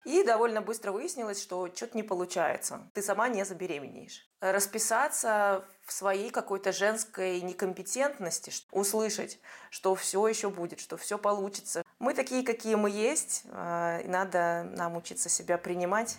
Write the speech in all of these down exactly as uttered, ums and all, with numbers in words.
И довольно быстро выяснилось, что что-то не получается. Ты сама не забеременеешь. Расписаться в своей какой-то женской некомпетентности, ш- услышать, что все еще будет, что все получится. Мы такие, какие мы есть, а, и надо нам учиться себя принимать.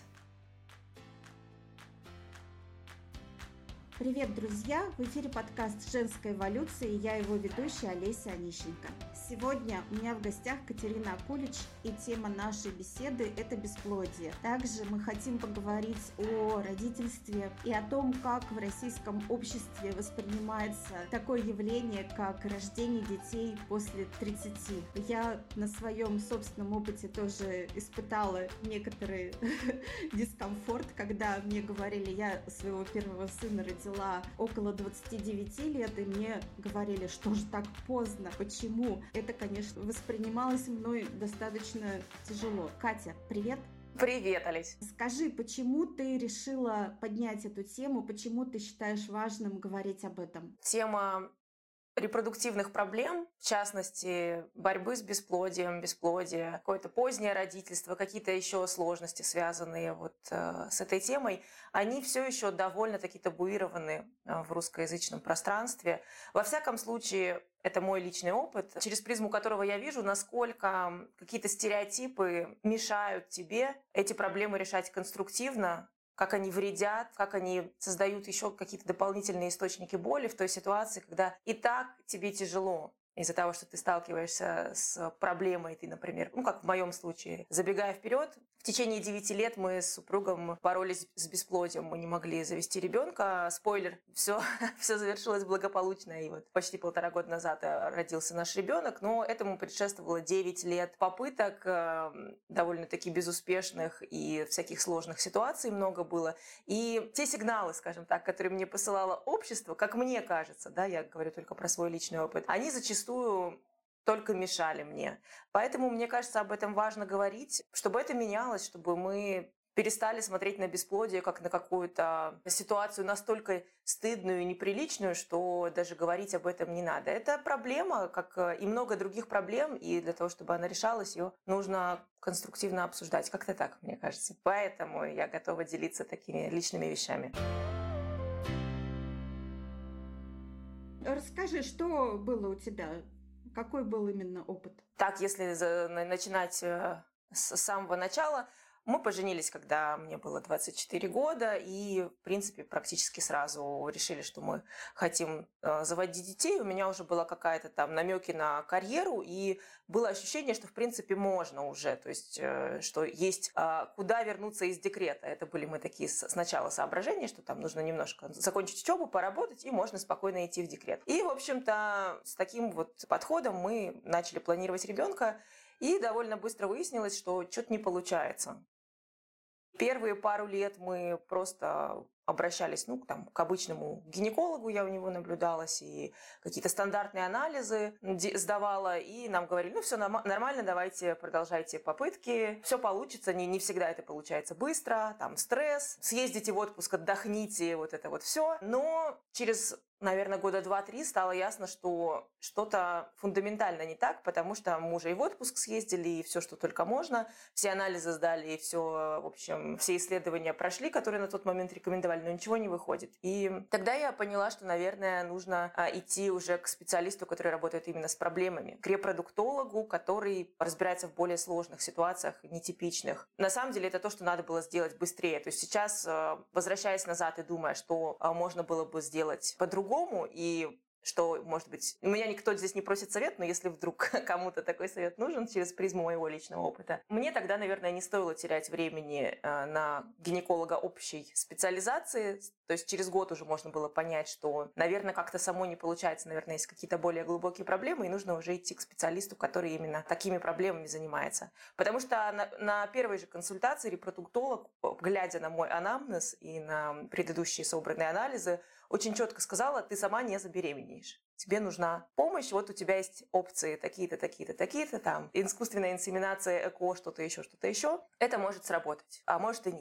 Привет, друзья! В эфире подкаст «Женская эволюция» и я его ведущая Олеся Онищенко. Сегодня у меня в гостях Катерина Акулич, и тема нашей беседы – это бесплодие. Также мы хотим поговорить о родительстве и о том, как в российском обществе воспринимается такое явление, как рождение детей после тридцати. Я на своем собственном опыте тоже испытала некоторый дискомфорт, когда мне говорили, я своего первого сына родила около двадцати девяти лет, и мне говорили, что же так поздно, почему? Это, конечно, воспринималось мной достаточно тяжело. Катя, привет! Привет, Олесь! Скажи, почему ты решила поднять эту тему, почему ты считаешь важным говорить об этом? Тема репродуктивных проблем, в частности, борьбы с бесплодием, бесплодие, какое-то позднее родительство, какие-то еще сложности, связанные вот э, с этой темой, они все еще довольно-таки табуированы э, в русскоязычном пространстве. Во всяком случае, это мой личный опыт, через призму которого я вижу, насколько какие-то стереотипы мешают тебе эти проблемы решать конструктивно, как они вредят, как они создают еще какие-то дополнительные источники боли в той ситуации, когда и так тебе тяжело из-за того, что ты сталкиваешься с проблемой, ты, например, ну, как в моем случае, забегая вперед, в течение девяти лет мы с супругом боролись с бесплодием, мы не могли завести ребенка. Спойлер, все, все завершилось благополучно, и вот почти полтора года назад родился наш ребенок, но этому предшествовало девять лет попыток, довольно-таки безуспешных, и всяких сложных ситуаций много было. И те сигналы, скажем так, которые мне посылало общество, как мне кажется, да, я говорю только про свой личный опыт, они зачастую только мешали мне. Поэтому, мне кажется, об этом важно говорить, чтобы это менялось, чтобы мы перестали смотреть на бесплодие как на какую-то ситуацию настолько стыдную и неприличную, что даже говорить об этом не надо. Это проблема, как и много других проблем, и для того, чтобы она решалась, ее нужно конструктивно обсуждать. Как-то так, мне кажется. Поэтому я готова делиться такими личными вещами. Расскажи, что было у тебя? Какой был именно опыт? Так, если за- на- начинать э, с самого начала, мы поженились, когда мне было двадцать четыре года, и, в принципе, практически сразу решили, что мы хотим э, заводить детей. У меня уже была какая-то там намеки на карьеру, и было ощущение, что, в принципе, можно уже, то есть, э, что есть э, куда вернуться из декрета. Это были мы такие с- сначала соображения, что там нужно немножко закончить учебу, поработать, и можно спокойно идти в декрет. И, в общем-то, с таким вот подходом мы начали планировать ребенка, и довольно быстро выяснилось, что что-то не получается. Первые пару лет мы просто обращались, ну, там, к обычному гинекологу, я у него наблюдалась, и какие-то стандартные анализы сдавала, и нам говорили, ну, все нормально, давайте продолжайте попытки, все получится, не, не всегда это получается быстро, там, стресс, съездите в отпуск, отдохните, вот это вот все. Но через, наверное, года два-три стало ясно, что что-то фундаментально не так, потому что мы уже и в отпуск съездили, и все, что только можно, все анализы сдали, и все, в общем, все исследования прошли, которые на тот момент рекомендовали, но ничего не выходит. И тогда я поняла, что, наверное, нужно идти уже к специалисту, который работает именно с проблемами, к репродуктологу, который разбирается в более сложных ситуациях, нетипичных. На самом деле это то, что надо было сделать быстрее. То есть сейчас, возвращаясь назад и думая, что можно было бы сделать по-другому, и что, может быть, у меня никто здесь не просит совет, но если вдруг кому-то такой совет нужен через призму моего личного опыта, мне тогда, наверное, не стоило терять времени на гинеколога общей специализации. То есть через год уже можно было понять, что, наверное, как-то самой не получается, наверное, есть какие-то более глубокие проблемы, и нужно уже идти к специалисту, который именно такими проблемами занимается. Потому что на, на первой же консультации репродуктолог, глядя на мой анамнез и на предыдущие собранные анализы, очень четко сказала, ты сама не забеременеешь. Тебе нужна помощь, вот у тебя есть опции такие-то, такие-то, такие-то, там, искусственная инсеминация, ЭКО, что-то еще, что-то еще. Это может сработать, а может и нет.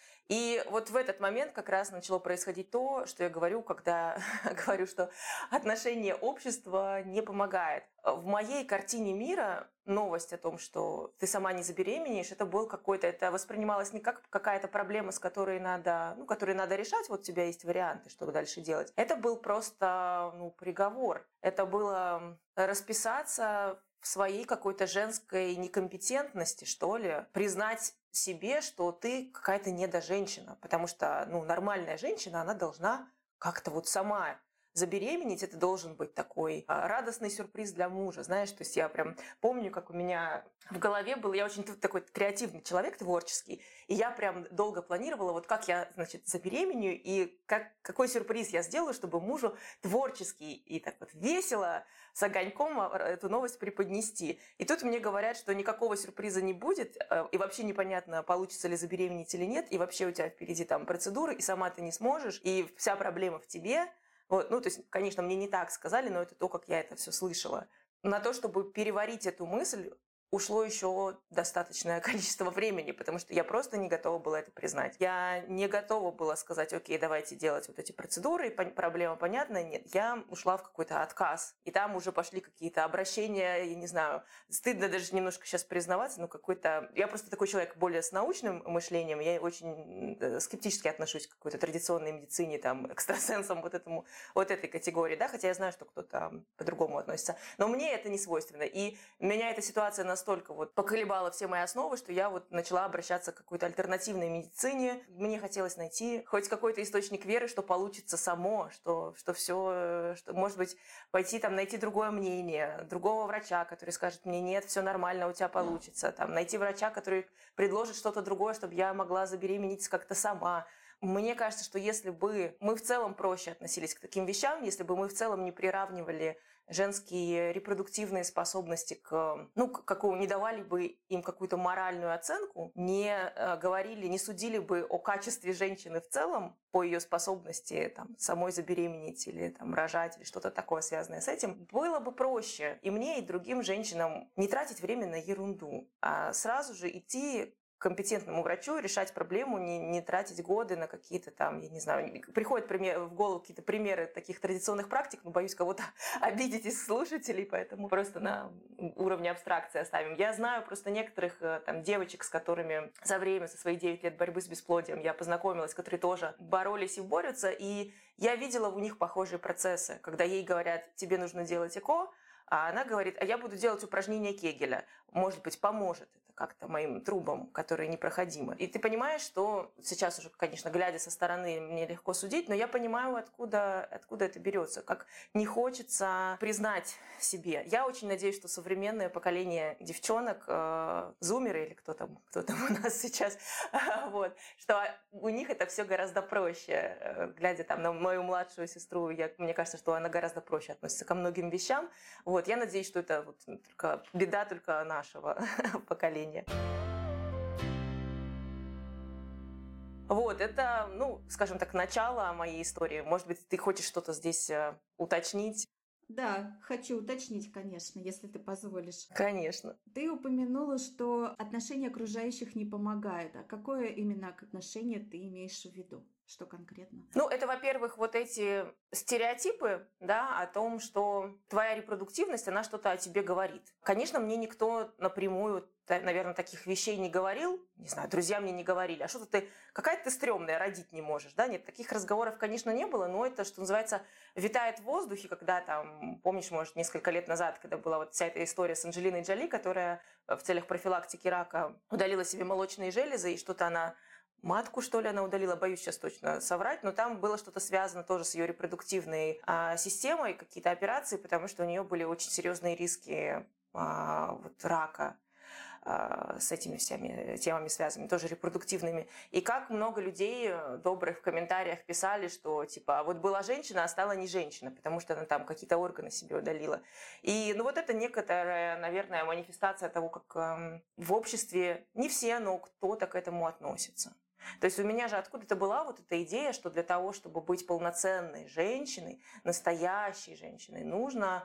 И вот в этот момент как раз начало происходить то, что я говорю, когда говорю, что отношение общества не помогает. В моей картине мира новость о том, что ты сама не забеременеешь, это был какой-то, это воспринималось не как какая-то проблема, с которой надо, ну, которую надо решать, вот у тебя есть варианты, что дальше делать. Это был просто, ну, приговор. Это было расписаться в своей какой-то женской некомпетентности, что ли, признать себе, что ты какая-то недоженщина, потому что, ну, нормальная женщина, она должна как-то вот сама забеременеть, это должен быть такой а, радостный сюрприз для мужа, знаешь, то есть я прям помню, как у меня в голове был, я очень такой креативный человек, творческий, и я прям долго планировала, вот как я, значит, забеременею, и как, какой сюрприз я сделаю, чтобы мужу творческий и так вот весело с огоньком эту новость преподнести. И тут мне говорят, что никакого сюрприза не будет, и вообще непонятно, получится ли забеременеть или нет, и вообще у тебя впереди там процедуры, и сама ты не сможешь, и вся проблема в тебе. Вот, ну, то есть, конечно, мне не так сказали, но это то, как я это все слышала. На то, чтобы переварить эту мысль, ушло еще достаточное количество времени, потому что я просто не готова была это признать. Я не готова была сказать, окей, давайте делать вот эти процедуры, и проблема понятна. Нет, я ушла в какой-то отказ. И там уже пошли какие-то обращения, я не знаю, стыдно даже немножко сейчас признаваться, но какой-то... Я просто такой человек более с научным мышлением, я очень скептически отношусь к какой-то традиционной медицине, там, экстрасенсам, вот этому, вот этой категории, да, хотя я знаю, что кто-то по-другому относится. Но мне это не свойственно. И меня эта ситуация на настолько вот поколебала все мои основы, что я вот начала обращаться к какой-то альтернативной медицине. Мне хотелось найти хоть какой-то источник веры, что получится само, что, что все, что, может быть, пойти там найти другое мнение, другого врача, который скажет мне, нет, все нормально, у тебя получится. Там, найти врача, который предложит что-то другое, чтобы я могла забеременеть как-то сама. Мне кажется, что если бы мы в целом проще относились к таким вещам, если бы мы в целом не приравнивали женские репродуктивные способности к, ну, к какому, не давали бы им какую-то моральную оценку, не э, говорили, не судили бы о качестве женщины в целом по ее способности там, самой забеременеть или там, рожать или что-то такое связанное с этим, было бы проще и мне, и другим женщинам не тратить время на ерунду, а сразу же идти к компетентному врачу, решать проблему, не, не тратить годы на какие-то там, я не знаю, приходят пример, в голову какие-то примеры таких традиционных практик, но боюсь кого-то обидеть из слушателей, поэтому просто на уровне абстракции оставим. Я знаю просто некоторых там девочек, с которыми за время, со своих девять лет борьбы с бесплодием я познакомилась, которые тоже боролись и борются, и я видела у них похожие процессы, когда ей говорят, тебе нужно делать ЭКО, а она говорит, а я буду делать упражнения Кегеля. Может быть, поможет это как-то моим трубам, которые непроходимы. И ты понимаешь, что сейчас уже, конечно, глядя со стороны, мне легко судить, но я понимаю, откуда, откуда это берется. Как не хочется признать себе. Я очень надеюсь, что современное поколение девчонок, э, зумеры или кто там, кто там у нас сейчас, вот, что у них это все гораздо проще. Глядя там на мою младшую сестру, я, мне кажется, что она гораздо проще относится ко многим вещам. Вот, я надеюсь, что это вот только беда только нашего поколения. Вот, это, ну, скажем так, начало моей истории. Может быть, ты хочешь что-то здесь э, уточнить? Да, хочу уточнить, конечно, если ты позволишь. Конечно. Ты упомянула, что отношения окружающих не помогают. А какое именно отношение ты имеешь в виду? Что конкретно? Ну, это, во-первых, вот эти стереотипы, да, о том, что твоя репродуктивность, она что-то о тебе говорит. Конечно, мне никто напрямую, наверное, таких вещей не говорил. Не знаю, друзья мне не говорили. А что-то ты, какая-то ты стрёмная, родить не можешь, да? Нет, таких разговоров, конечно, не было, но это, что называется, витает в воздухе, когда там, помнишь, может, несколько лет назад, когда была вот вся эта история с Анджелиной Джоли, которая в целях профилактики рака удалила себе молочные железы, и что-то она матку, что ли, она удалила, боюсь сейчас точно соврать, но там было что-то связано тоже с ее репродуктивной а, системой, какие-то операции, потому что у нее были очень серьезные риски а, вот, рака а, с этими всеми темами связанными, тоже репродуктивными. И как много людей добрых в комментариях писали, что типа вот была женщина, а стала не женщина, потому что она там какие-то органы себе удалила. И ну вот это некоторая, наверное, манифестация того, как э, в обществе не все, но кто-то к этому относится. То есть у меня же откуда-то была вот эта идея, что для того, чтобы быть полноценной женщиной, настоящей женщиной, нужно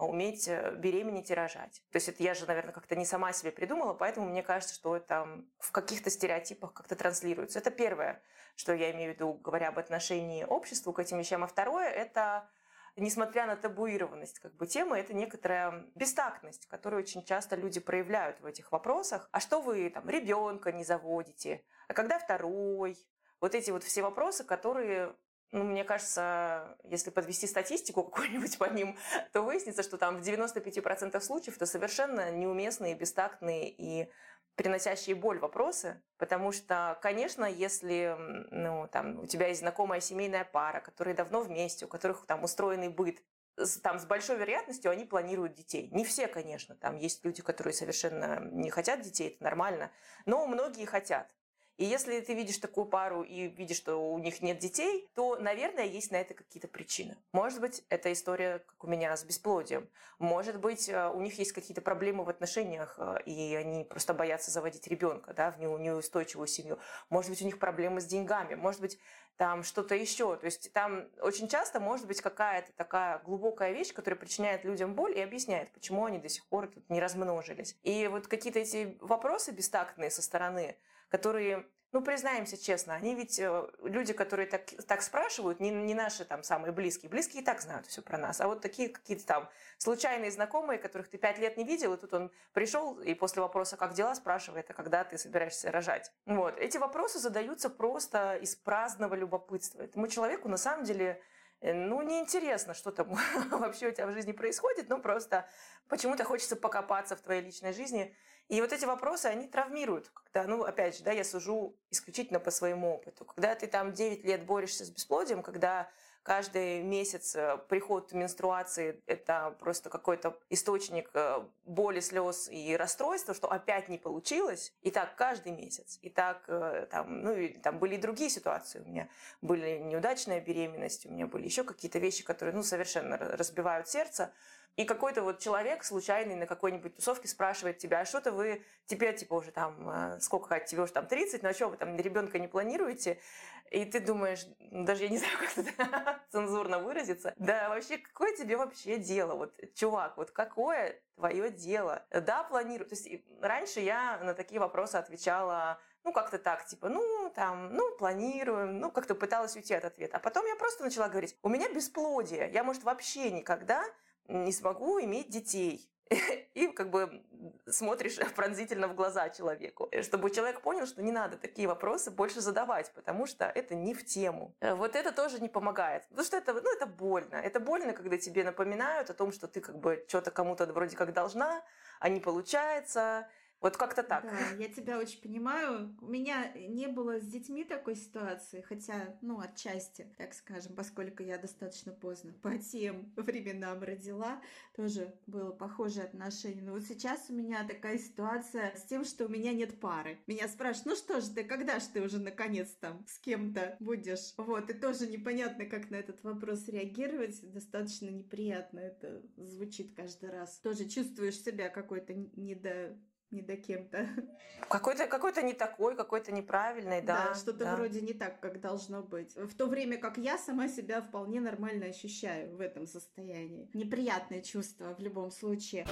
уметь беременеть и рожать. То есть это я же, наверное, как-то не сама себе придумала, поэтому мне кажется, что это в каких-то стереотипах как-то транслируется. Это первое, что я имею в виду, говоря об отношении общества к этим вещам. А второе – это, несмотря на табуированность как бы, темы, это некоторая бестактность, которую очень часто люди проявляют в этих вопросах. А что вы там ребенка не заводите? А когда второй? Вот эти вот все вопросы, которые... Ну, мне кажется, если подвести статистику какую-нибудь по ним, то выяснится, что там в девяноста пяти процентах случаев это совершенно неуместные, бестактные и приносящие боль вопросы. Потому что, конечно, если ну, там, у тебя есть знакомая семейная пара, которые давно вместе, у которых там устроенный быт, там с большой вероятностью они планируют детей. Не все, конечно. Там есть люди, которые совершенно не хотят детей, это нормально. Но многие хотят. И если ты видишь такую пару и видишь, что у них нет детей, то, наверное, есть на это какие-то причины. Может быть, это история, как у меня, с бесплодием. Может быть, у них есть какие-то проблемы в отношениях, и они просто боятся заводить ребенка, да, в неустойчивую семью. Может быть, у них проблемы с деньгами. Может быть, там что-то еще. То есть там очень часто может быть какая-то такая глубокая вещь, которая причиняет людям боль и объясняет, почему они до сих пор тут не размножились. И вот какие-то эти вопросы бестактные со стороны, которые, ну, признаемся честно, они ведь э, люди, которые так, так спрашивают, не, не наши там самые близкие. Близкие и так знают все про нас. А вот такие какие-то там случайные знакомые, которых ты пять лет не видел, и тут он пришел и после вопроса «как дела?» спрашивает, а когда ты собираешься рожать? Вот. Эти вопросы задаются просто из праздного любопытства. Этому человеку на самом деле... Ну, неинтересно, что там вообще у тебя в жизни происходит, ну, просто почему-то хочется покопаться в твоей личной жизни. И вот эти вопросы, они травмируют. Когда, ну, опять же, да, я сужу исключительно по своему опыту. Когда ты там девять лет борешься с бесплодием, когда каждый месяц приход менструации – это просто какой-то источник боли, слез и расстройства, что опять не получилось. И так каждый месяц. И так там, ну, и там были и другие ситуации. У меня были неудачная беременность, у меня были еще какие-то вещи, которые, ну, совершенно разбивают сердце. И какой-то вот человек случайный на какой-нибудь тусовке спрашивает тебя, а что-то вы теперь, типа, уже там, сколько, тебе уже там тридцать, ну а что, вы там ребенка не планируете? И ты думаешь, даже я не знаю, как это цензурно выразиться, да вообще, какое тебе вообще дело? Вот, чувак, вот какое твое дело? Да, планирую. То есть раньше я на такие вопросы отвечала, ну, как-то так, типа, ну, там, ну, планируем, ну, как-то пыталась уйти от ответа. А потом я просто начала говорить, у меня бесплодие, я, может, вообще никогда не смогу иметь детей. И как бы смотришь пронзительно в глаза человеку, чтобы человек понял, что не надо такие вопросы больше задавать, потому что это не в тему. Вот это тоже не помогает, потому что это, ну, это больно. Это больно, когда тебе напоминают о том, что ты как бы что-то кому-то вроде как должна, а не получается. Вот как-то так. Да, я тебя очень понимаю. У меня не было с детьми такой ситуации, хотя, ну, отчасти, так скажем, поскольку я достаточно поздно по тем временам родила, тоже было похожее отношение. Но вот сейчас у меня такая ситуация с тем, что у меня нет пары. Меня спрашивают, ну что же ты, когда же ты уже наконец там с кем-то будешь? Вот, и тоже непонятно, как на этот вопрос реагировать. Достаточно неприятно это звучит каждый раз. Тоже чувствуешь себя какой-то недо... не до кем-то. Какой-то, какой-то не такой, какой-то неправильный, да. Да, что-то да. вроде не так, как должно быть. В то время как я сама себя вполне нормально ощущаю в этом состоянии. Неприятное чувство в любом случае.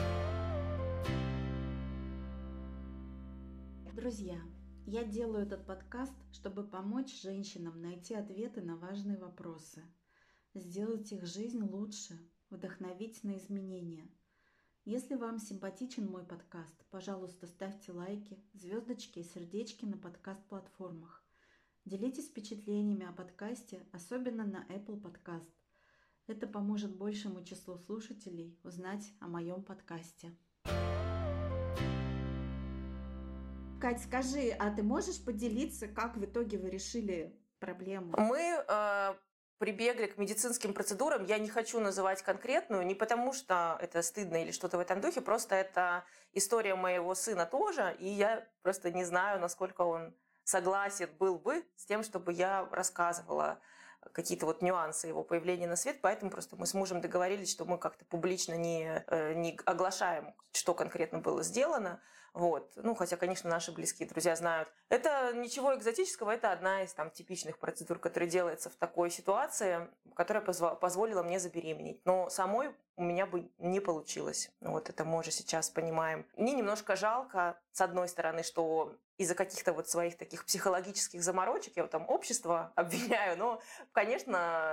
Друзья, я делаю этот подкаст, чтобы помочь женщинам найти ответы на важные вопросы, сделать их жизнь лучше, вдохновить на изменения. Если вам симпатичен мой подкаст, пожалуйста, ставьте лайки, звездочки и сердечки на подкаст-платформах. Делитесь впечатлениями о подкасте, особенно на Apple Podcast. Это поможет большему числу слушателей узнать о моем подкасте. Кать, скажи, а ты можешь поделиться, как в итоге вы решили проблему? Мы... Э... прибегли к медицинским процедурам. Я не хочу называть конкретную, не потому что это стыдно или что-то в этом духе, просто это история моего сына тоже, и я просто не знаю, насколько он согласен был бы с тем, чтобы я рассказывала какие-то вот нюансы его появления на свет, поэтому просто мы с мужем договорились, что мы как-то публично не, не оглашаем, что конкретно было сделано. Вот. Ну, хотя, конечно, наши близкие друзья знают. Это ничего экзотического, это одна из там типичных процедур, которая делается в такой ситуации, которая позво- позволила мне забеременеть. Но самой у меня бы не получилось. Вот это мы уже сейчас понимаем. Мне немножко жалко, с одной стороны, что из-за каких-то вот своих таких психологических заморочек я вот там общество обвиняю, но, конечно,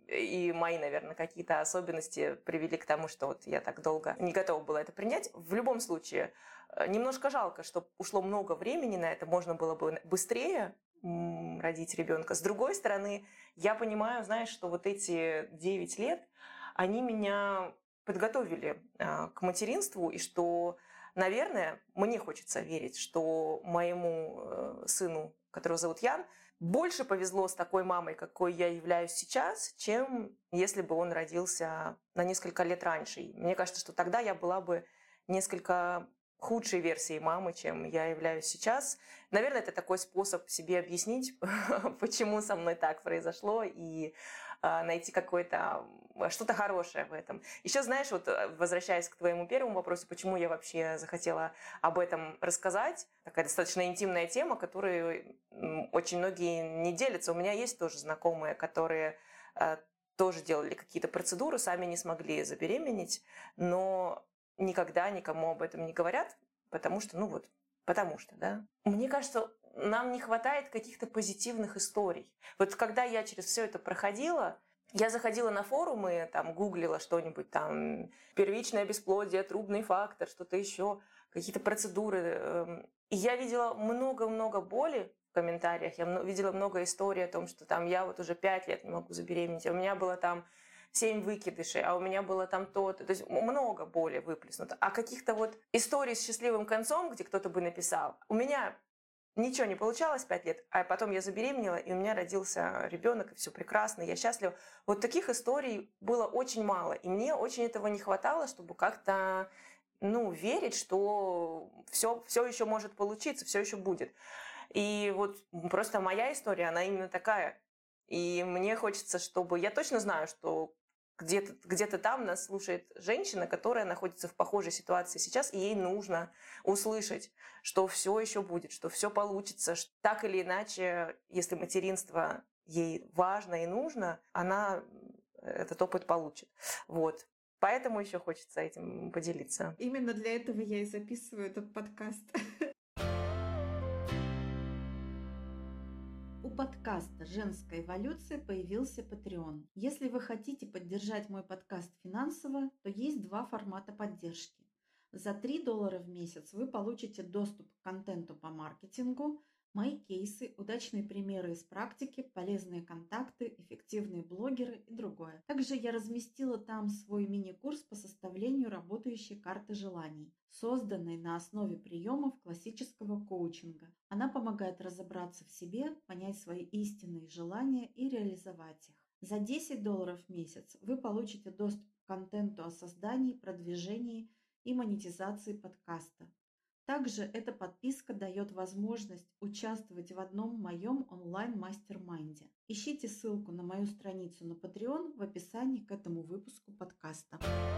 и мои, наверное, какие-то особенности привели к тому, что вот я так долго не готова была это принять. В любом случае, немножко жалко, что ушло много времени на это, можно было бы быстрее родить ребенка. С другой стороны, я понимаю, знаешь, что вот эти девять лет, они меня подготовили к материнству, и что, наверное, мне хочется верить, что моему сыну, которого зовут Ян, больше повезло с такой мамой, какой я являюсь сейчас, чем если бы он родился на несколько лет раньше. И мне кажется, что тогда я была бы несколько худшей версией мамы, чем я являюсь сейчас. Наверное, это такой способ себе объяснить, почему со мной так произошло, и найти какое-то что-то хорошее в этом. Еще, знаешь, вот возвращаясь к твоему первому вопросу, почему я вообще захотела об этом рассказать, такая достаточно интимная тема, которой очень многие не делятся. У меня есть тоже знакомые, которые тоже делали какие-то процедуры, сами не смогли забеременеть, но никогда никому об этом не говорят, потому что, ну вот, потому что, да. Мне кажется, нам не хватает каких-то позитивных историй. Вот когда я через все это проходила, я заходила на форумы, там, гуглила что-нибудь, там, первичное бесплодие, трубный фактор, что-то еще, какие-то процедуры. И я видела много-много боли в комментариях, я видела много историй о том, что там я вот уже пять лет не могу забеременеть, а у меня было там семь выкидышей, а у меня было там то-то. То есть много боли выплеснуто. А каких-то вот историй с счастливым концом, где кто-то бы написал, у меня ничего не получалось пять лет, а потом я забеременела, и у меня родился ребенок, и все прекрасно, я счастлива. Вот таких историй было очень мало, и мне очень этого не хватало, чтобы как-то, ну, верить, что все, все еще может получиться, все еще будет. И вот просто моя история, она именно такая. И мне хочется, чтобы... Я точно знаю, что где-то, где-то там нас слушает женщина, которая находится в похожей ситуации сейчас, и ей нужно услышать, что все еще будет, что все получится. Что так или иначе, если материнство ей важно и нужно, она этот опыт получит. Вот. Поэтому еще хочется этим поделиться. Именно для этого я и записываю этот подкаст. У подкаста «Женская эволюция» появился Patreon. Если вы хотите поддержать мой подкаст финансово, то есть два формата поддержки. За три доллара в месяц вы получите доступ к контенту по маркетингу, мои кейсы, удачные примеры из практики, полезные контакты, эффективные блогеры и другое. Также я разместила там свой мини-курс по составлению работающей карты желаний, созданной на основе приемов классического коучинга. Она помогает разобраться в себе, понять свои истинные желания и реализовать их. За десять долларов в месяц вы получите доступ к контенту о создании, продвижении и монетизации подкаста. Также эта подписка дает возможность участвовать в одном моем онлайн-мастер-майнде. Ищите ссылку на мою страницу на Patreon в описании к этому выпуску подкаста.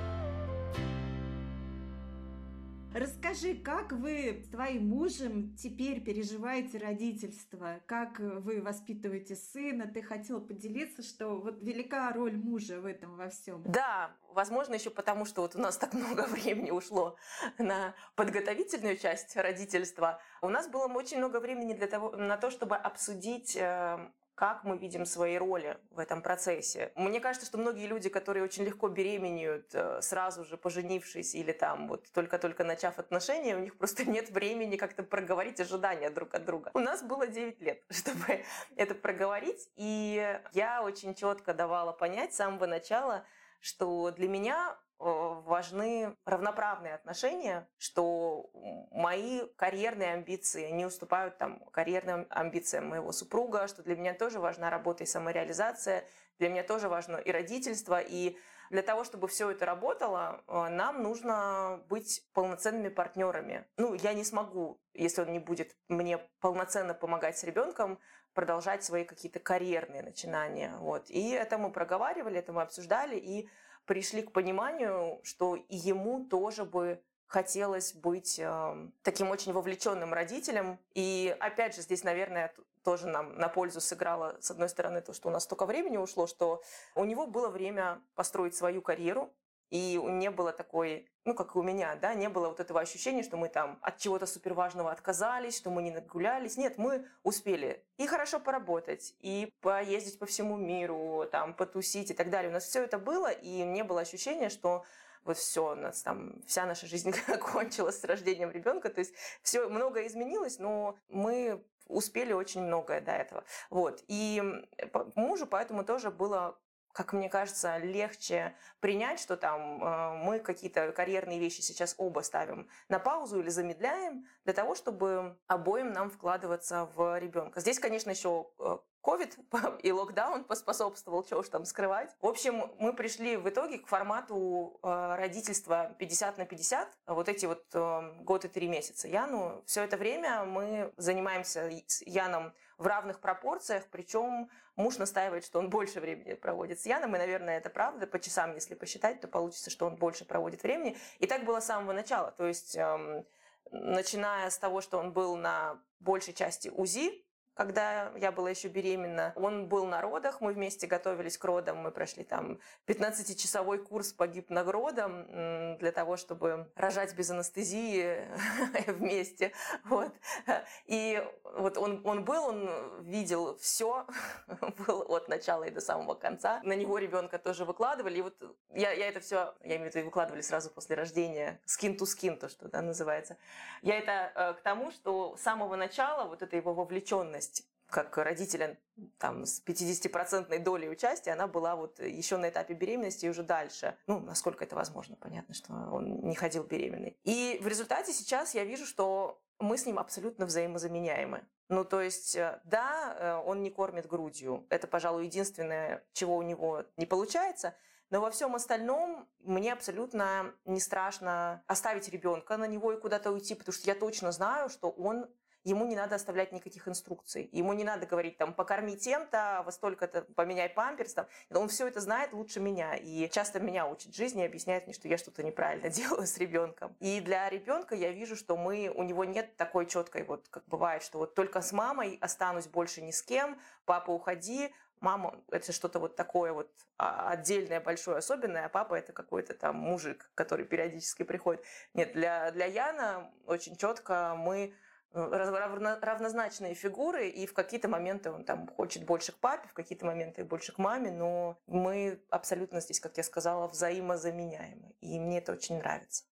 Расскажи, как вы с твоим мужем теперь переживаете родительство? Как вы воспитываете сына? Ты хотела поделиться, что вот велика роль мужа в этом во всем. Да, возможно, еще потому, что вот у нас так много времени ушло на подготовительную часть родительства. У нас было очень много времени для того, на то, чтобы обсудить, как мы видим свои роли в этом процессе. Мне кажется, что многие люди, которые очень легко беременеют, сразу же поженившись или там вот только-только начав отношения, у них просто нет времени как-то проговорить ожидания друг от друга. У нас было девять лет, чтобы это проговорить, и я очень четко давала понять с самого начала, что для меня важны равноправные отношения, что мои карьерные амбиции не уступают там карьерным амбициям моего супруга, что для меня тоже важна работа и самореализация, для меня тоже важно и родительство, и Для того, чтобы все это работало, нам нужно быть полноценными партнерами. Ну, я не смогу, если он не будет мне полноценно помогать с ребенком, продолжать свои какие-то карьерные начинания. Вот. И это мы проговаривали, это мы обсуждали и пришли к пониманию, что и ему тоже бы хотелось быть э, таким очень вовлеченным родителем. И опять же, здесь, наверное, тоже нам на пользу сыграло, с одной стороны, то, что у нас столько времени ушло, что у него было время построить свою карьеру, и не было такой, ну, как и у меня, да, не было вот этого ощущения, что мы там от чего-то суперважного отказались, что мы не нагулялись. Нет, мы успели и хорошо поработать, и поездить по всему миру, там, потусить и так далее. У нас все это было, и не было ощущения, что вот все, у нас там вся наша жизнь кончилась с рождением ребенка. То есть все, многое изменилось, но мы успели очень многое до этого. Вот. И мужу поэтому тоже было, как мне кажется, легче принять, что там э, мы какие-то карьерные вещи сейчас оба ставим на паузу или замедляем для того, чтобы обоим нам вкладываться в ребенка. Здесь, конечно, еще ковид и локдаун поспособствовал, чего уж там скрывать. В общем, мы пришли в итоге к формату э, родительства пятьдесят на пятьдесят, вот эти вот э, год и три месяца. Яну все это время мы занимаемся с Яном в равных пропорциях, причем муж настаивает, что он больше времени проводит с Яном, и, наверное, это правда. По часам, если посчитать, то получится, что он больше проводит времени. И так было с самого начала. То есть, эм, начиная с того, что он был на большей части УЗИ, когда я была еще беременна. Он был на родах, мы вместе готовились к родам, мы прошли там пятнадцатичасовой курс по гипногродам для того, чтобы рожать без анестезии вместе. Вот. И вот он, он был, он видел все, был от начала и до самого конца. На него ребенка тоже выкладывали. И вот я, я это все, я имею в виду, выкладывали сразу после рождения, skin to skin, то, что да, называется. Я это э, к тому, что с самого начала вот эта его вовлеченность как родителя там, с пятидесятипроцентной долей участия, она была вот еще на этапе беременности и уже дальше. Ну, насколько это возможно, понятно, что он не ходил беременный. И в результате сейчас я вижу, что мы с ним абсолютно взаимозаменяемы. Ну, то есть, да, он не кормит грудью. Это, пожалуй, единственное, чего у него не получается. Но во всем остальном мне абсолютно не страшно оставить ребенка на него и куда-то уйти, потому что я точно знаю, что он ему не надо оставлять никаких инструкций. Ему не надо говорить, там, покорми тем-то, во столько-то поменяй памперс. Там. Он все это знает лучше меня. И часто меня учит жизнь и объясняет мне, что я что-то неправильно делаю с ребенком. И для ребенка я вижу, что мы, у него нет такой четкой, вот как бывает, что вот только с мамой останусь больше ни с кем, папа, уходи. Мама – это что-то вот такое вот отдельное, большое, особенное, а папа – это какой-то там мужик, который периодически приходит. Нет, для, для Яна очень четко мы равнозначные фигуры, и в какие-то моменты он там хочет больше к папе, в какие-то моменты больше к маме, но мы абсолютно здесь, как я сказала, взаимозаменяемы, и мне это очень нравится.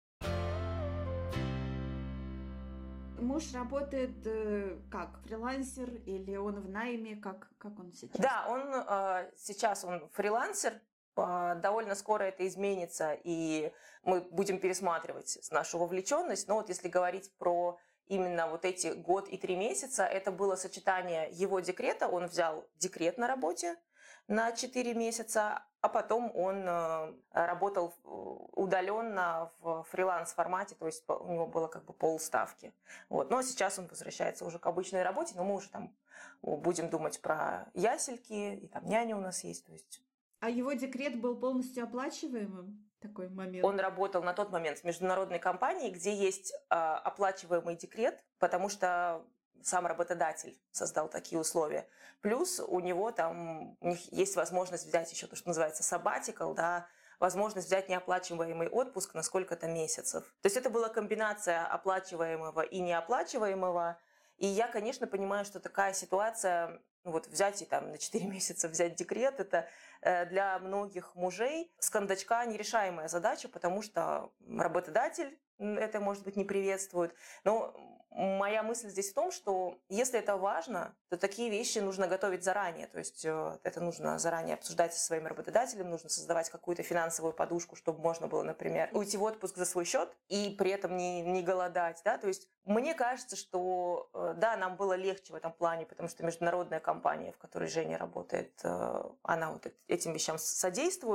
Муж работает э, как фрилансер или он в найме, как, как он сейчас? Да, он э, сейчас он фрилансер, э, довольно скоро это изменится, и мы будем пересматривать нашу вовлеченность, но вот если говорить про именно вот эти год и три месяца, это было сочетание его декрета, он взял декрет на работе на четыре месяца, а потом он э, работал удаленно в фриланс-формате, то есть у него было как бы полставки. Вот. Но сейчас он возвращается уже к обычной работе, но мы уже там будем думать про ясельки, и там няня у нас есть. То есть... А его декрет был полностью оплачиваемым? Такой момент. Он работал на тот момент в международной компании, где есть э, оплачиваемый декрет, потому что сам работодатель создал такие условия. Плюс у него там у них есть возможность взять еще то, что называется sabbatical, да, возможность взять неоплачиваемый отпуск на сколько-то месяцев. То есть это была комбинация оплачиваемого и неоплачиваемого. И я, конечно, понимаю, что такая ситуация, ну вот взять и там на четыре месяца взять декрет, это э, для многих мужей с кондачка нерешаемая задача, потому что работодатель это, может быть, не приветствует. Но моя мысль здесь в том, что если это важно, то такие вещи нужно готовить заранее. То есть э, это нужно заранее обсуждать со своим работодателем, нужно создавать какую-то финансовую подушку, чтобы можно было, например, уйти в отпуск за свой счет и при этом не, не голодать. Да? То есть мне кажется, что э, да, нам было легче в этом плане, потому что международная компания, в которой Женя работает, э, она вот этим вещам содействует.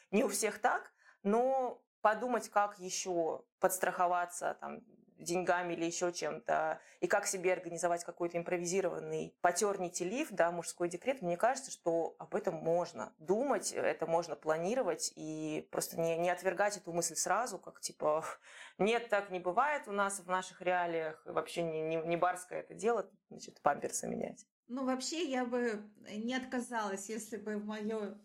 не у всех так, но подумать, как еще подстраховаться там деньгами или еще чем-то, и как себе организовать какой-то импровизированный «потерните лифт», да, мужской декрет, мне кажется, что об этом можно думать, это можно планировать, и просто не, не отвергать эту мысль сразу, как типа «нет, так не бывает у нас в наших реалиях, вообще не, не, не барское это дело, значит, памперсы менять». Ну, вообще, я бы не отказалась, если бы в мое,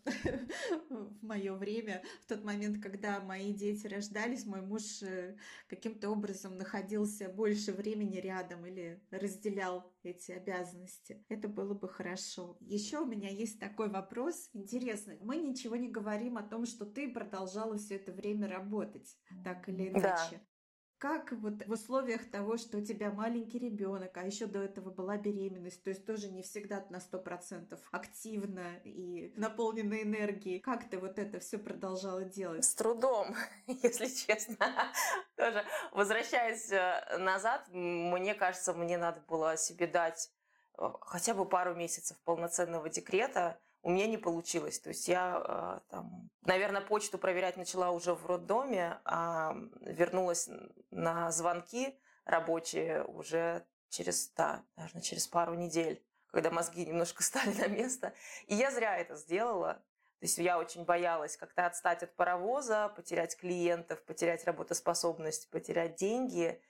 в мое время, в тот момент, когда мои дети рождались, мой муж э, каким-то образом находился больше времени рядом или разделял эти обязанности. Это было бы хорошо. Еще у меня есть такой вопрос. Интересно, мы ничего не говорим о том, что ты продолжала все это время работать, так или Да. иначе. Как вот в условиях того, что у тебя маленький ребенок, а еще до этого была беременность, то есть тоже не всегда на сто процентов активно и наполнена энергией, как ты вот это все продолжала делать? С трудом, если честно. Тоже возвращаясь э, назад, м, мне кажется, мне надо было себе дать э, хотя бы пару месяцев полноценного декрета. У меня не получилось. То есть я э, там, наверное, почту проверять начала уже в роддоме, а м, вернулась н- на звонки рабочие уже через, да, наверное, через пару недель, когда мозги немножко стали на место. И я зря это сделала. То есть я очень боялась как-то отстать от паровоза, потерять клиентов, потерять работоспособность, потерять деньги.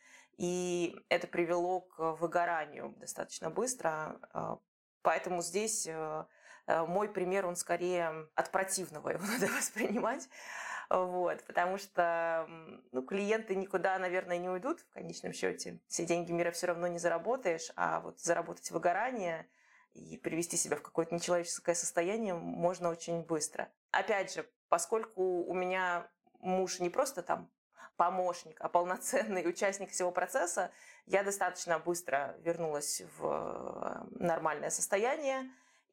И это привело к выгоранию достаточно быстро. А, Поэтому здесь э, э, мой пример, он скорее от противного его надо воспринимать. Вот, потому что м, ну, клиенты никуда, наверное, не уйдут в конечном счете. Все деньги мира все равно не заработаешь, а вот заработать выгорание и привести себя в какое-то нечеловеческое состояние можно очень быстро. Опять же, поскольку у меня муж не просто там помощник, а полноценный участник всего процесса, я достаточно быстро вернулась в э, нормальное состояние.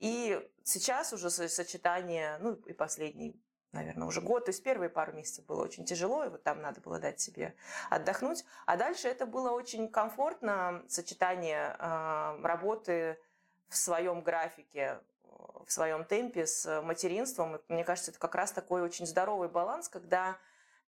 И сейчас уже со- сочетание, ну и последний, наверное, уже год, то есть первые пару месяцев было очень тяжело, и вот там надо было дать себе отдохнуть. А дальше это было очень комфортно, сочетание э, работы в своем графике, в своем темпе с материнством. И мне кажется, это как раз такой очень здоровый баланс, когда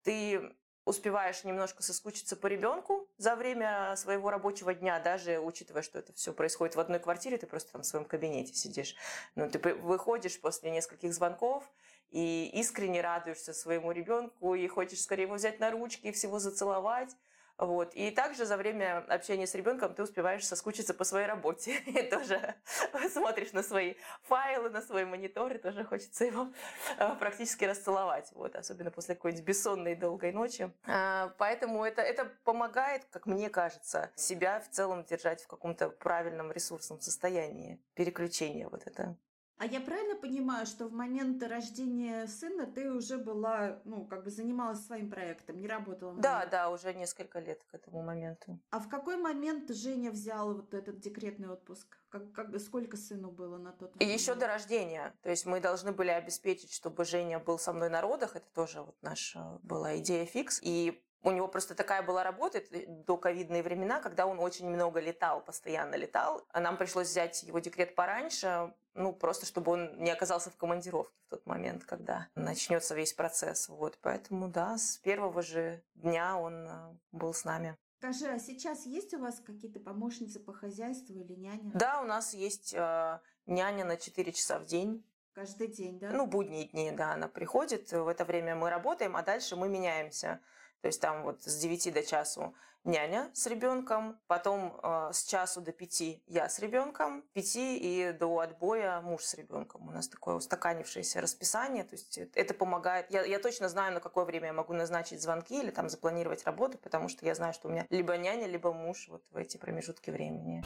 ты успеваешь немножко соскучиться по ребенку за время своего рабочего дня, даже учитывая, что это все происходит в одной квартире, ты просто там в своем кабинете сидишь. Ну, ты выходишь после нескольких звонков и искренне радуешься своему ребенку, и хочешь скорее его взять на ручки и всего зацеловать. Вот. И также за время общения с ребенком ты успеваешь соскучиться по своей работе. И тоже смотришь на свои файлы, на свой монитор, и тоже хочется его э, практически расцеловать. Вот. Особенно после какой-нибудь бессонной долгой ночи. А, Поэтому это, это помогает, как мне кажется, себя в целом держать в каком-то правильном ресурсном состоянии. Переключение вот это. А я правильно понимаю, что в момент рождения сына ты уже была, ну, как бы занималась своим проектом, не работала на Да, нем? да, уже несколько лет к этому моменту. А в какой момент Женя взял вот этот декретный отпуск? Как, как, сколько сыну было на тот И еще момент? до рождения. То есть мы должны были обеспечить, чтобы Женя был со мной на родах. Это тоже вот наша была идея фикс. И у него просто такая была работа до ковидные времена, когда он очень много летал, постоянно летал. А нам пришлось взять его декрет пораньше, ну, просто чтобы он не оказался в командировке в тот момент, когда начнется весь процесс. Вот, поэтому, да, с первого же дня он э, был с нами. Скажи, а сейчас есть у вас какие-то помощницы по хозяйству или няня? Да, у нас есть э, няня на четыре часа в день. Каждый день, да? Ну, будние дни, да, она приходит, в это время мы работаем, а дальше мы меняемся. То есть там вот с девяти до часу няня с ребенком, потом э, с часу до пяти я с ребенком, пяти и до отбоя муж с ребенком. У нас такое устаканившееся расписание, то есть это помогает. Я, я точно знаю, на какое время я могу назначить звонки или там запланировать работу, потому что я знаю, что у меня либо няня, либо муж вот в эти промежутки времени.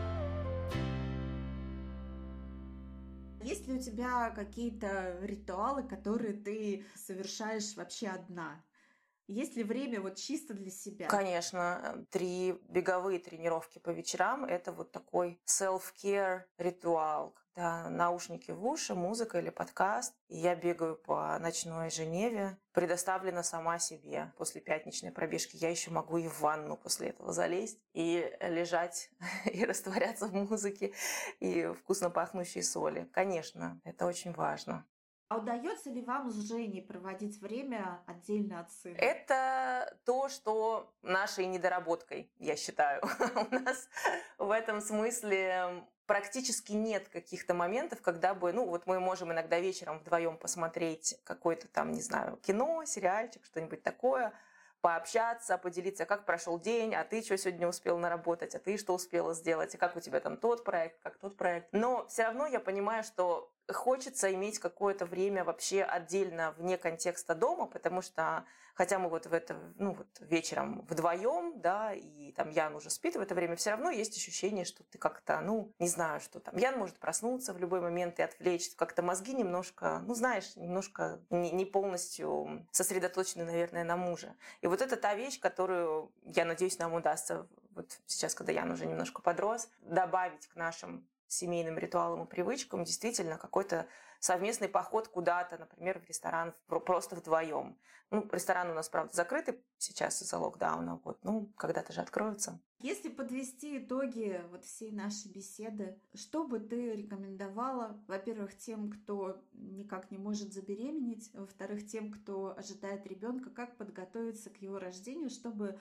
Есть ли у тебя какие-то ритуалы, которые ты совершаешь вообще одна? Есть ли время вот чисто для себя? Конечно, три беговые тренировки по вечерам – это вот такой self-care ритуал, когда наушники в уши, музыка или подкаст, и я бегаю по ночной Женеве, предоставлена сама себе. После пятничной пробежки я еще могу и в ванну после этого залезть и лежать и растворяться в музыке и вкусно пахнущей соли. Конечно, это очень важно. А удается ли вам с Женей проводить время отдельно от сына? Это то, что нашей недоработкой, я считаю. У нас в этом смысле практически нет каких-то моментов, когда бы, ну, вот мы можем иногда вечером вдвоем посмотреть какое-то там, не знаю, кино, сериальчик, что-нибудь такое, пообщаться, поделиться, как прошел день, а ты что сегодня успел наработать, а ты что успела сделать, и как у тебя там тот проект, как тот проект. Но все равно я понимаю, что хочется иметь какое-то время вообще отдельно вне контекста дома, потому что, хотя мы вот в это, ну вот вечером вдвоем, да, и там Ян уже спит в это время, все равно есть ощущение, что ты как-то, ну, не знаю, что там, Ян может проснуться в любой момент и отвлечься, как-то мозги немножко, ну, знаешь, немножко не, не полностью сосредоточены, наверное, на муже. И вот это та вещь, которую, я надеюсь, нам удастся вот сейчас, когда Ян уже немножко подрос, добавить к нашим семейным ритуалам и привычкам действительно какой-то совместный поход куда-то, например, в ресторан просто вдвоем. Ну, ресторан у нас, правда, закрытый сейчас из-за локдауна, вот, ну, когда-то же откроются. Если подвести итоги вот всей нашей беседы, что бы ты рекомендовала, во-первых, тем, кто никак не может забеременеть, во-вторых, тем, кто ожидает ребенка, как подготовиться к его рождению, чтобы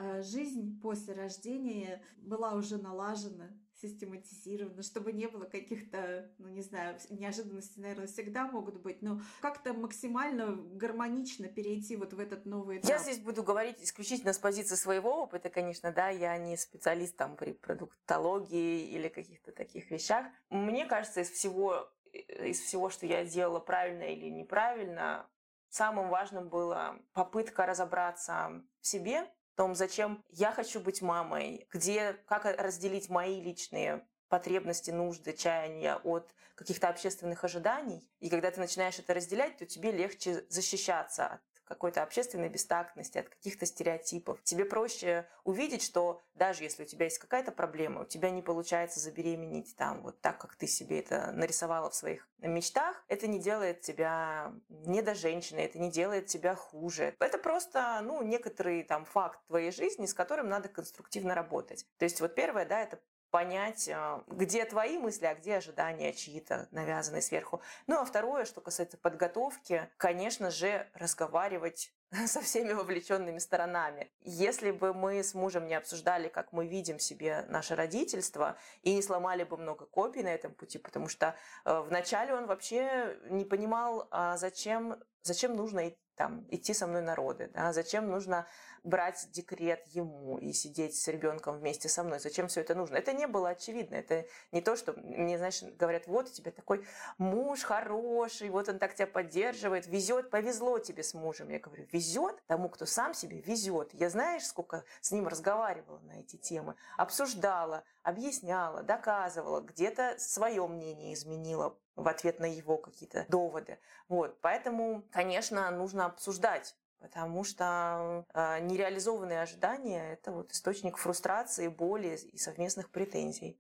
жизнь после рождения была уже налажена, систематизирована, чтобы не было каких-то, ну не знаю, неожиданностей, наверное, всегда могут быть, но как-то максимально гармонично перейти вот в этот новый этап. Я здесь буду говорить исключительно с позиции своего опыта, конечно, да, я не специалист там при продуктологии или каких-то таких вещах. Мне кажется, из всего, из всего, что я делала правильно или неправильно, самым важным было попытка разобраться в себе, в том, зачем я хочу быть мамой, где, как разделить мои личные потребности, нужды, чаяния от каких-то общественных ожиданий. И когда ты начинаешь это разделять, то тебе легче защищаться от какой-то общественной бестактности, от каких-то стереотипов. Тебе проще увидеть, что даже если у тебя есть какая-то проблема, у тебя не получается забеременеть там вот так, как ты себе это нарисовала в своих мечтах, это не делает тебя недоженщиной, это не делает тебя хуже. Это просто, ну, некоторый там факт твоей жизни, с которым надо конструктивно работать. То есть вот первое, да, это понять, где твои мысли, а где ожидания чьи-то, навязанные сверху. Ну, а второе, что касается подготовки, конечно же, разговаривать со всеми вовлеченными сторонами. Если бы мы с мужем не обсуждали, как мы видим себе наше родительство, и не сломали бы много копий на этом пути, потому что э, вначале он вообще не понимал, а зачем, зачем нужно там, идти со мной на роды, да? Зачем нужно брать декрет ему и сидеть с ребенком вместе со мной, зачем все это нужно. Это не было очевидно, это не то, что мне, знаешь, говорят, вот у тебя такой муж хороший, вот он так тебя поддерживает, везет, повезло тебе с мужем. Я говорю, везет тому, кто сам себе везет. Я знаешь, сколько с ним разговаривала на эти темы, обсуждала, объясняла, доказывала, где-то свое мнение изменила в ответ на его какие-то доводы. Вот, поэтому, конечно, нужно обсуждать, потому что э, нереализованные ожидания – это вот источник фрустрации, боли и совместных претензий.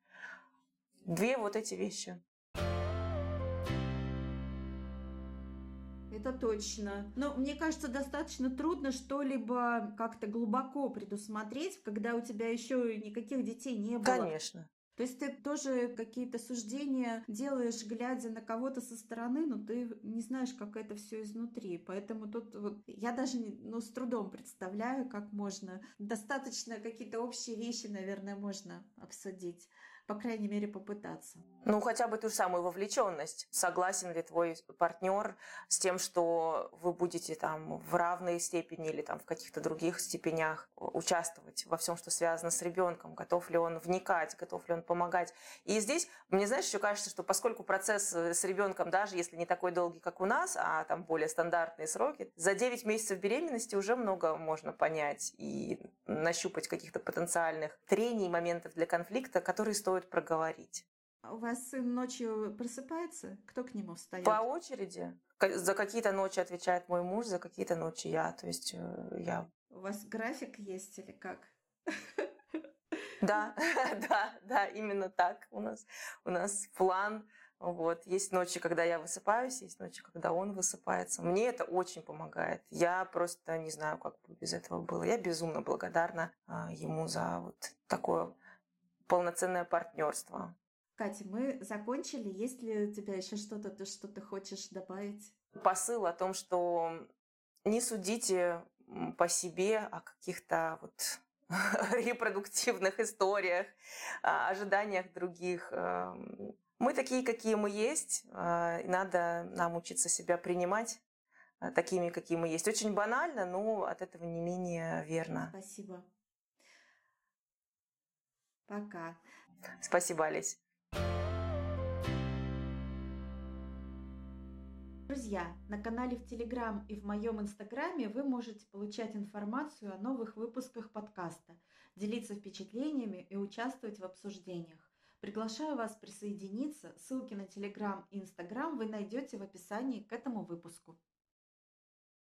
Две вот эти вещи. Это точно. Но мне кажется, достаточно трудно что-либо как-то глубоко предусмотреть, когда у тебя еще никаких детей не было. Конечно. То есть ты тоже какие-то суждения делаешь, глядя на кого-то со стороны, но ты не знаешь, как это все изнутри. Поэтому тут вот я даже ну, с трудом представляю, как можно. Достаточно какие-то общие вещи, наверное, можно обсудить. По крайней мере, попытаться. Ну, хотя бы ту же самую вовлеченность. Согласен ли твой партнер с тем, что вы будете там в равной степени или там в каких-то других степенях участвовать во всем, что связано с ребенком? Готов ли он вникать, готов ли он помогать? И здесь, мне, знаешь, еще кажется, что поскольку процесс с ребенком, даже если не такой долгий, как у нас, а там более стандартные сроки, за девять месяцев беременности уже много можно понять и нащупать каких-то потенциальных трений, моментов для конфликта, которые стоит проговорить. У вас сын ночью просыпается? Кто к нему встает? По очереди. За какие-то ночи отвечает мой муж, за какие-то ночи я. То есть я... У вас график есть или как? Да, да, да, именно так у нас. У нас план. Вот. Есть ночи, когда я высыпаюсь, есть ночи, когда он высыпается. Мне это очень помогает. Я просто не знаю, как бы без этого было. Я безумно благодарна ему за вот такое полноценное партнерство. Катя, мы закончили. Есть ли у тебя еще что-то, ты что ты хочешь добавить? Посыл о том, что не судите м, по себе о каких-то вот репродуктивных историях, а, ожиданиях других. Эм, Мы такие, какие мы есть, а, и надо нам учиться себя принимать а, такими, какие мы есть. Очень банально, но от этого не менее верно. Спасибо. Пока. Спасибо, Олесь. Друзья, на канале в Телеграм и в моем Инстаграме вы можете получать информацию о новых выпусках подкаста, делиться впечатлениями и участвовать в обсуждениях. Приглашаю вас присоединиться. Ссылки на Телеграм и Инстаграм вы найдете в описании к этому выпуску.